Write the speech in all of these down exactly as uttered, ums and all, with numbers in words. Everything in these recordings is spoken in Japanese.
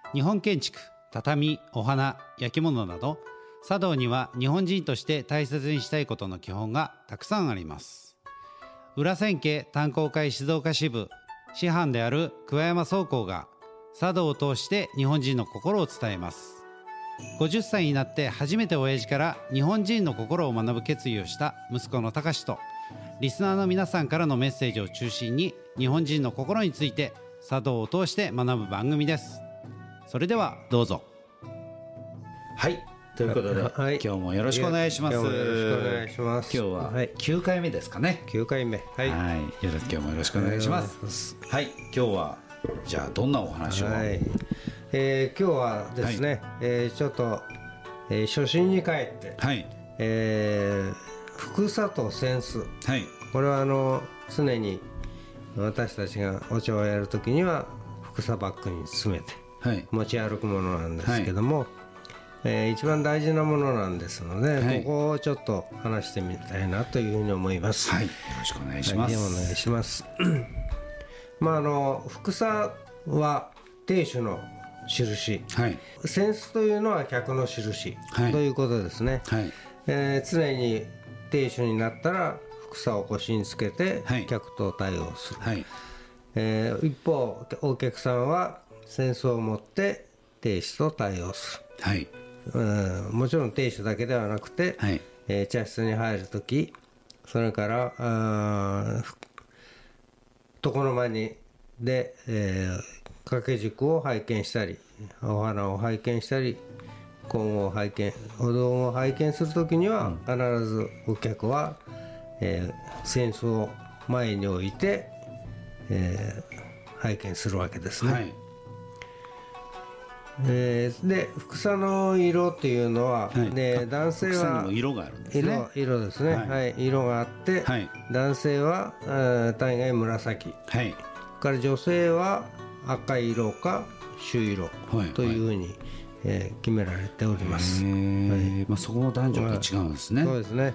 日本建築、畳、お花、焼き物など茶道には日本人として大切にしたいことの基本がたくさんあります。裏千家炭鉱会静岡支部師範である桑山宗光が茶道を通して日本人の心を伝えます。ごじゅっさいになって初めて親父から日本人の心を学ぶ決意をした息子の隆と、リスナーの皆さんからのメッセージを中心に日本人の心について茶道を通して学ぶ番組です。それではどうぞ。はい、ということで、はい、今日もよろしくお願いします。 今日もよろしくお願いします。 今日はきゅうかいめですかね。 きゅうかいめ、はい、 はい、よろ今日もよろしくお願いします。はい、今日はじゃあどんなお話を。はい、 えー、今日はですね、はい、えー、ちょっと、えー、初心に帰って、はい、えー、服茶と扇子、はい、これはあの常に私たちがお茶をやるときには服茶バッグに詰めて、はい、持ち歩くものなんですけども、はい、えー、一番大事なものなんですので、はい、ここをちょっと話してみたいなというふうに思います。 はい、よろしくお願いします。 はい、お願いします。まああの服茶は亭主の印、はい、扇子というのは客の印、はい、ということですね。はい、えー、常に亭主になったら服茶を腰につけて客と対応する。はい、えー、一方お客さんは扇子を持って亭主と対応する。はい、うん、もちろん亭主だけではなくて、はい、えー、茶室に入るとき、それからあ床の間にで、えー、掛け軸を拝見したり、お花を拝見したり、今後を拝見、お堂を拝見するときには、必ずお客は、えー、扇子を前に置いて、えー、拝見するわけですね。はい、えー、で服茶の色っていうのは、はい、で男性は服茶にも色があるんですね。 色、色ですね。はい、はい、色があって、はい、男性は大概紫、はい、から女性は赤色か朱色というふうに、はい、えー、決められております。はい、 まあ、そこも男女と違うんですね。 まあ、そうですね。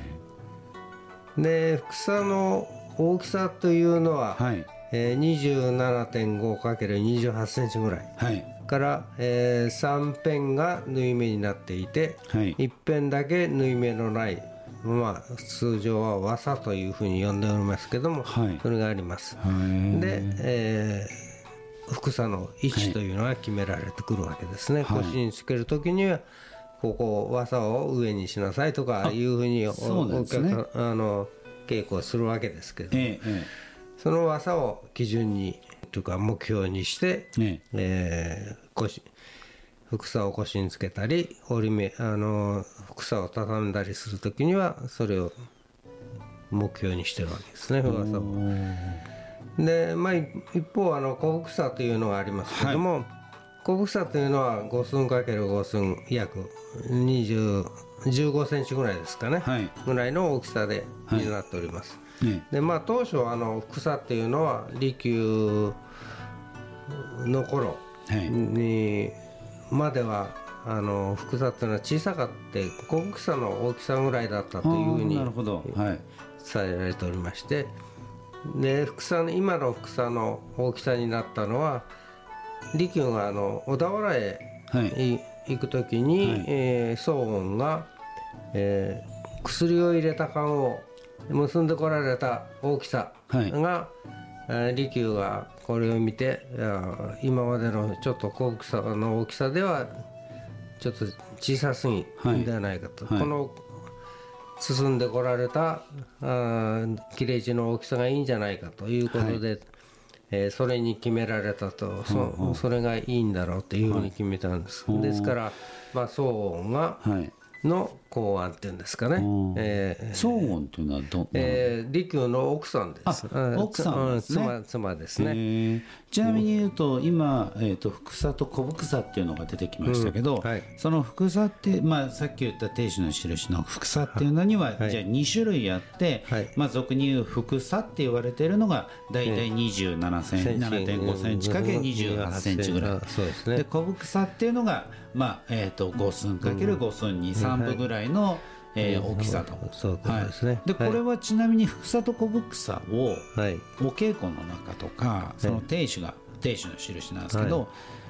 で服茶の大きさというのは、はい、えー、にじゅうななてんごかけるにじゅうはちセンチぐらい、はい、から、えー、さん辺が縫い目になっていて、はい、いち辺だけ縫い目のない、まあ、通常は和茶というふうに呼んでおりますけども、はい、それがあります。で、えー、服茶の位置というのが決められてくるわけですね。はい、腰につけるときにはここ和茶を上にしなさいとかいうふうに お, お客さんあの稽古をするわけですけども、ええ、その和茶を基準にというか目標にして、ええー、腰服茶を腰につけたり折り目あの服茶を畳んだりするときにはそれを目標にしてるわけですね、和茶を。で、まあ、一方あの小服茶というのがありますけども、はい、小服茶というのはご寸かけるご寸約にじゅう、じゅうごセンチぐらいですかね、はい、ぐらいの大きさでになっております。はい、でまあ、当初あの服茶っていうのは利休の頃にまではあの服茶っていうのは小さかって小服茶の大きさぐらいだったというふうに伝えられておりまして、で服茶の今の服茶の大きさになったのは利休があの小田原へ、はい、行くときに、はい、えー、宗恩が、えー、薬を入れた缶を結んでこられた大きさが、はい、利休がこれを見て今までのちょっと小草の大きさではちょっと小さすぎんではないかと、はいはい、この進んでこられた切れ字の大きさがいいんじゃないかということで、はい、えー、それに決められたと、そ, それがいいんだろうというふうに決めたんです、はい、ですから、まあ、宗恩が、はい、の考案っていうんですかね。 えー、宗恩っていうのはど、 えー、利休の奥さんです。 奥さんですね。 妻、妻ですね。 ちなみに言うと今、えー、と服茶と小服茶っていうのが出てきましたけど、うん、はい、その服茶って、まあ、さっき言った亭主の印の服茶っていうのには、はい、じゃあに種類あって、はい、まあ、俗に言う服茶って言われているのがだいたいにじゅうななてんごセンチかけるにじゅうはちセンチぐらい、そうですね。で小服茶っていうのが、まあ、えー、とご寸かけるご寸にさんぶぐらいの、えー、大きさと。 そうですね。はい、 でこれはちなみに服茶と小服茶を、はい、お稽古の中とかその亭主が亭主の印なんですけど、はい、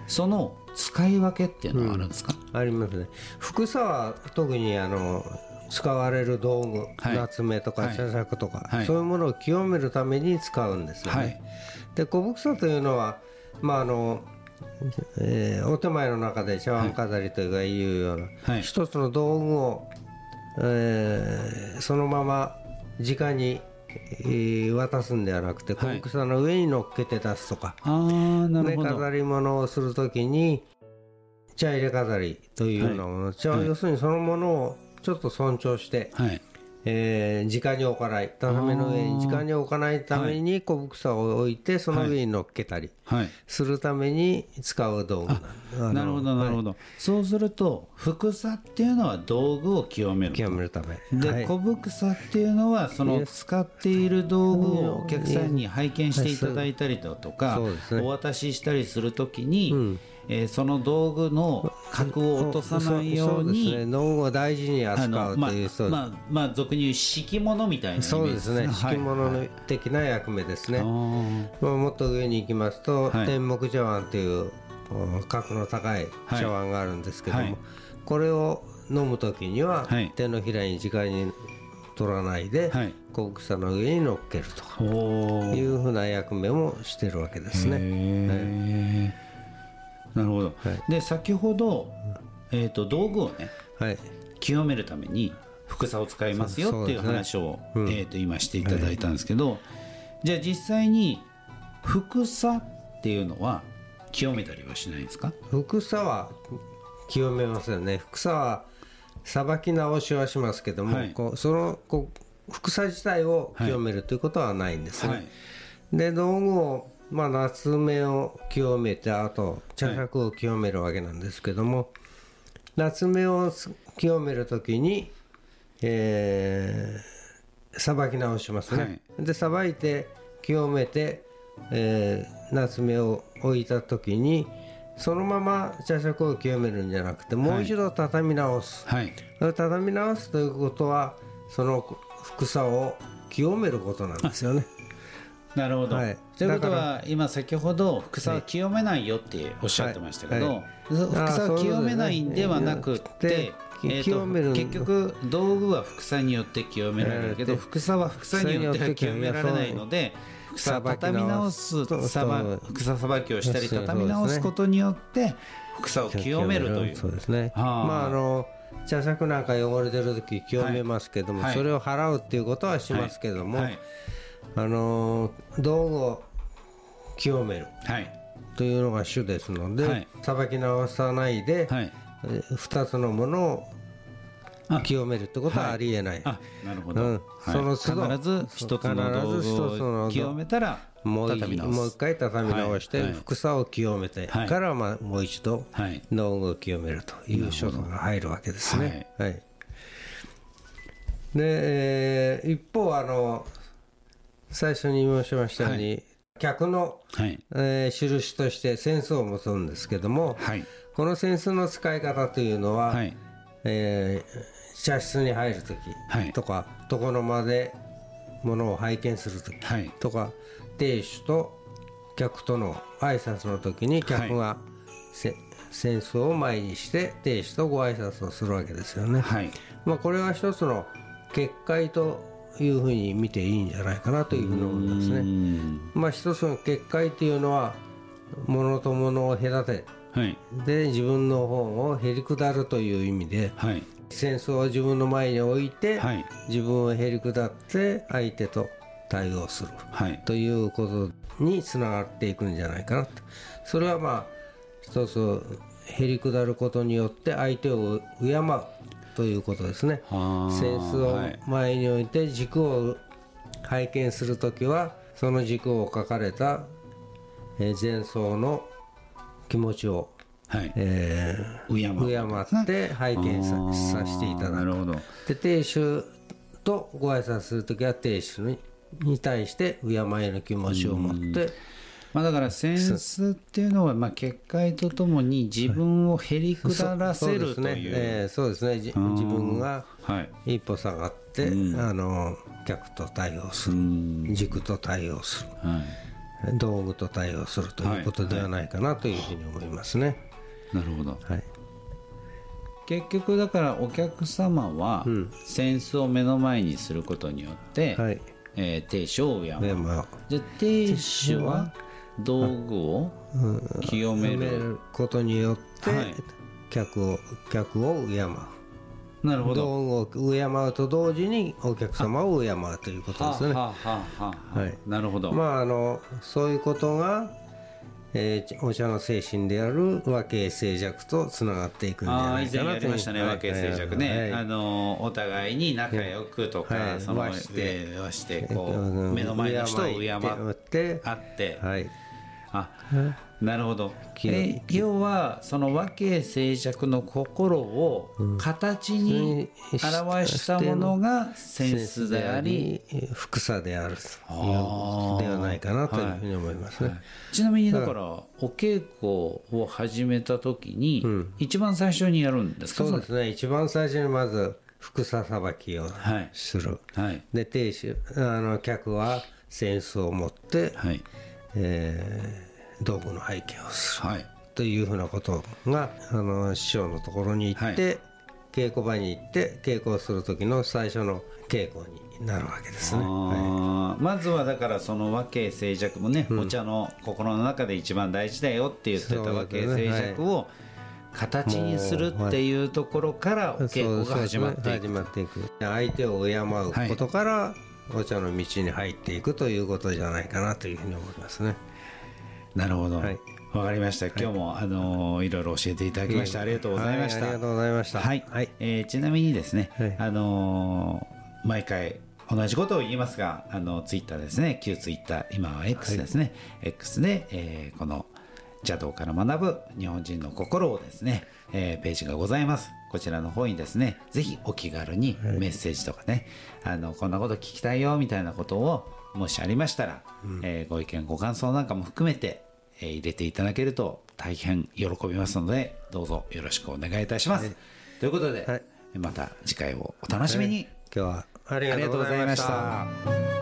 その使い分けっていうのはあるんですか？ うん、ありますね。ふくさは特にあの使われる道具、はい、夏目とか茶杓とか、はい、そういうものを清めるために使うんですよね。はい、で古帛紗というのは、まああのえー、お手前の中で茶碗飾りというような、はい、一つの道具を、えー、そのまま直に、えー、渡すんではなくて古帛紗の上に乗っけて出すとか、はい、で飾り物をするときに茶入れ飾りというようなもの、はい、茶、要するにそのものをちょっと尊重して、はい、えー、直に置かない、畳の上に直に置かないために古帛紗を置いてその上に乗っけたりするために使う道具なんです。 なるほどなるほど、はい、そうすると帛紗っていうのは道具を清める清めるためで、はい、古帛紗っていうのはその使っている道具をお客さんに拝見していただいたりだとか、ね、お渡ししたりするときに、うん、えー、その道具の格を落とさないように、 そうですね、道具を大事に扱うという、 まあまあまあ、俗に言う敷物みたいなイメージですね。そうですね、 敷物的な役目ですね。はい、もっと上に行きますと、はい、天目茶碗という格の高い茶碗があるんですけども、はい、これを飲むときには、はい、手のひらに直に取らないで、はい、古帛紗の上に乗っけるというふうな役目もしてるわけですね。 なるほど、はい、で先ほど、えー、と道具をね、はい、清めるために帛紗を使いますよっていう話を、ね、うん、えー、と今していただいたんですけど、はい、じゃあ実際に帛紗っていうのは清めたりはしないんですか？ 帛紗は清めますよね。帛紗はさばき直しはしますけども、はい、こうそのこう帛紗自体を清めるということはないんですね。はい、で道具をまあ、夏目を清めて、あと茶杓を清めるわけなんですけども、はい、夏目を清めるときにえー、さばき直しますね。はい、でさばいて清めて、えー、夏目を置いたときにそのまま茶杓を清めるんじゃなくて、もう一度畳み直す、はい、畳み直すということはその帛紗を清めることなんですよね。 なるほど、はい、ということは今先ほど帛紗は清めないよっておっしゃってましたけど、はいはい、帛紗は清めないんではなくて、えー、と結局道具は帛紗によって清められるけど、帛紗は帛紗によっては清められないので、帛紗を畳み直す帛紗さばきをしたり畳み直すことによって帛紗を清めるという。 そうですね。まああの茶杓なんか汚れてる時清めますけども、はい、それを払うっていうことはしますけども、はいはい、あの道具を清めるというのが主ですので、さばき直さないでふたつのものを清めるってことはありえない。 あ、なるほど、うん、 その都度必ず一つの道具を清めたらもう一回畳み直して帛紗を清めてからまあもう一度道具を清めるという所作が入るわけですね。はい、で、えー、一方あの最初に申しましたように、はい、客の、はいえー、印として扇子を持つんですけども、はい、この扇子の使い方というのは、はいえー、茶室に入るときとか、はい、床の間で物を拝見するときとか、はい、亭主と客との挨拶のときに客が、はい、扇子を前にして亭主とご挨拶をするわけですよね。はいまあ、これは一つの結界というふうに見ていいんじゃないかなというふうに思いますね。まあ一つの結界というのは物と物を隔て、はい、で自分の方をへり下るという意味で、はい、扇子を自分の前に置いて、はい、自分をへり下って相手と対応する、はい、ということにつながっていくんじゃないかなと。それはまあ一つへり下ることによって相手を敬うということですね。扇子を前に置いて軸を拝見するときはその軸を書かれた前奏の気持ちを、はいえー、敬って拝見 さ, させていただく。なるほど。で亭主とご挨拶するときは亭主 に, に対して敬いの気持ちを持ってまあ、だから扇子っていうのはまあ結界とともに自分をへり下らせるというそうですね、自分が一歩下がって、はい、あの客と対応する、軸と対応する、はい道具と対応するということではないかなというふうに思いますね。 なるほど、はい、結局だからお客様は扇子を目の前にすることによって、はい、えー、亭主を敬う。じゃあ亭主は道具を清めることによって、はい、客を客を敬う。 なるほど。 道具を敬うと同時にお客様を敬うということですね。 なるほど。 まああのそういうことが、えー、お茶の精神である和敬清寂とつながっていくんじゃないかなという。 以前やりましたね、和敬清寂ね、はい、あのお互いに仲良くとか、はい、その和して和してこう目の前の人を敬ってあって、はい、あ、なるほど。え要はその和敬清寂の心を形に表したものが扇子であり服紗であるということではないかなというふうに思いますね、はいはい、 ちなみにだからお稽古を始めた時に一番最初にやるんですか？ そうですね、一番最初にまず服紗さばきをする、はいはい、で亭主あの客は扇子を持って、はい、えー道具の背景をする、はい、というふうなことがあの師匠のところに行って、はい、稽古場に行って稽古をする時の最初の稽古になるわけですね、 はい、まずはだからその和敬清寂もね、うん、お茶の心の中で一番大事だよって言ってた和敬清寂を形にするっていうところからお稽古が始まっていく、 始まっていく。相手を敬うことから、はい、お茶の道に入っていくということじゃないかなというふうに思いますね。 なるほど、はい、分かりました。今日も、はい、あのいろいろ教えていただきましてありがとうございました、 はい、ありがとうございました、 はいはい、えー、ちなみにですね、はい、あのー、毎回同じことを言いますが、あのツイッターですね、旧ツイッター、今は X ですね、はい、X で、えー、この茶道から学ぶ日本人の心をですね、えー、ページがございます。こちらの方にですね、ぜひお気軽にメッセージとかね、はい、あのこんなこと聞きたいよみたいなことをもしありましたら、うん、えー、ご意見ご感想なんかも含めて、えー、入れていただけると大変喜びますので、どうぞよろしくお願いいたします、はい、ということで、はい、また次回をお楽しみに、はい、 今日はありがとうございました。